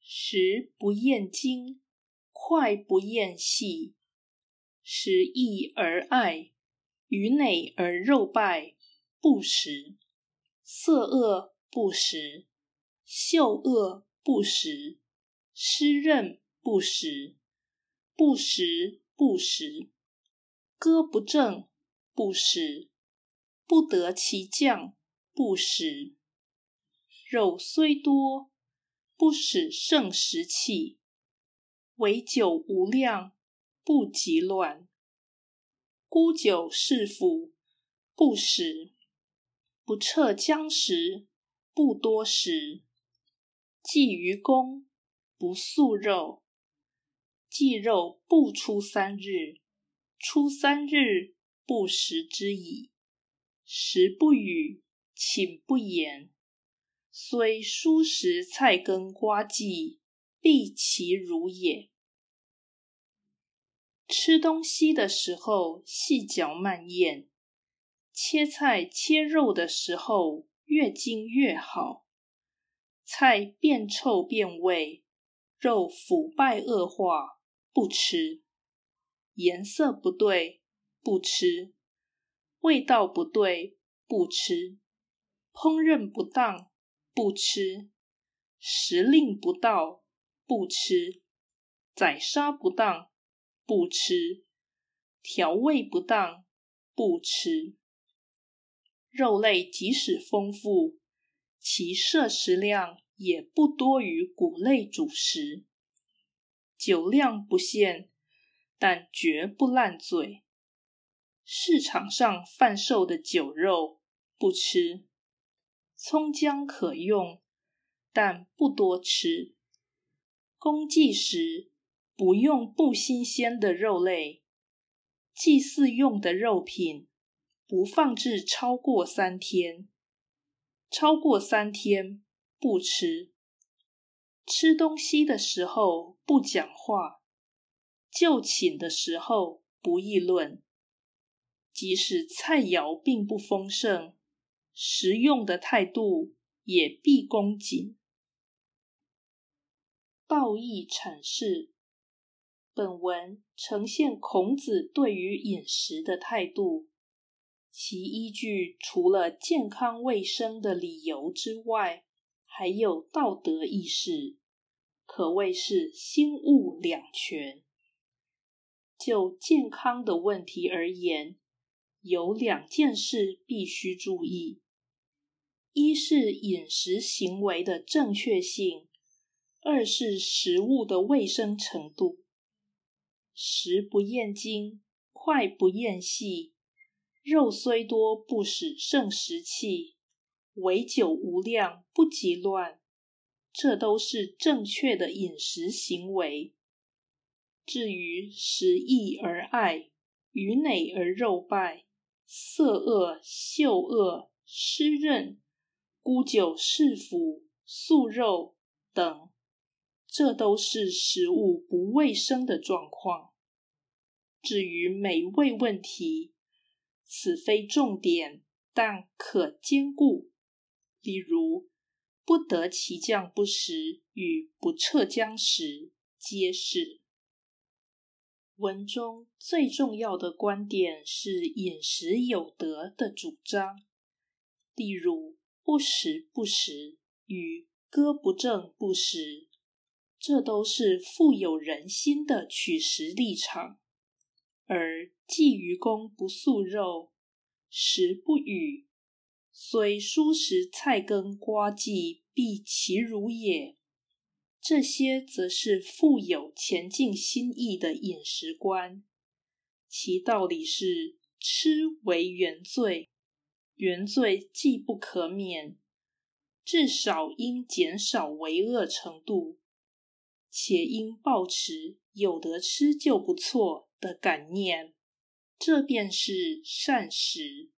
食不厌精，脍不厌细，食益而爱，鱼馁而肉败，不食。色恶不食，嗅恶不食，湿润不食，不食不食。歌不正不食，不得其将不食。肉虽多，不使胜食气，唯酒无量，不及乱。沽酒是辅，不食。不彻将食，不多食。忌鱼公，不素肉。忌肉不出3日，出3日，不食之矣。食不语，寝不言。虽蔬食菜羹瓜祭，必其如也。吃东西的时候细嚼慢咽，切菜切肉的时候越精越好。菜变臭变味，肉腐败恶化，不吃。颜色不对，不吃。味道不对，不吃。烹饪不当，不吃。时令不到，不吃。宰杀不当，不吃。调味不当，不吃。肉类即使丰富，其摄食量也不多于谷类主食。酒量不限，但绝不烂醉。市场上贩售的酒肉，不吃。葱姜可用，但不多吃。公祭时，不用不新鲜的肉类。祭祀用的肉品，不放置超过3天。超过3天，不吃。吃东西的时候不讲话，就寝的时候不议论。即使菜肴并不丰盛，食用的态度也必恭谨。道义阐释。本文呈现孔子对于饮食的态度，其依据除了健康卫生的理由之外，还有道德意识，可谓是心物两全。就健康的问题而言，有2件事必须注意：一是饮食行为的正确性，2是食物的卫生程度。食不厌精，脍不厌细，肉虽多不使胜食气，唯酒无量不及乱，这都是正确的饮食行为。至于食益而爱，鱼馁而肉败，色恶、嗅恶、湿润、沽酒是辅、素肉等，这都是食物不卫生的状况。至于美味问题，此非重点，但可兼顾。例如，不得其将不食与不彻将食，皆是。文中最重要的观点是饮食有德的主张，例如不食不食与歌不正不食，这都是富有人心的取食立场。而祭鱼公不素肉，食不语，虽蔬食菜羹瓜祭，必其如也，这些则是富有前进心意的饮食观。其道理是吃为原罪，原罪既不可免，至少应减少为恶程度，且应抱持有得吃就不错的感念，这便是善食。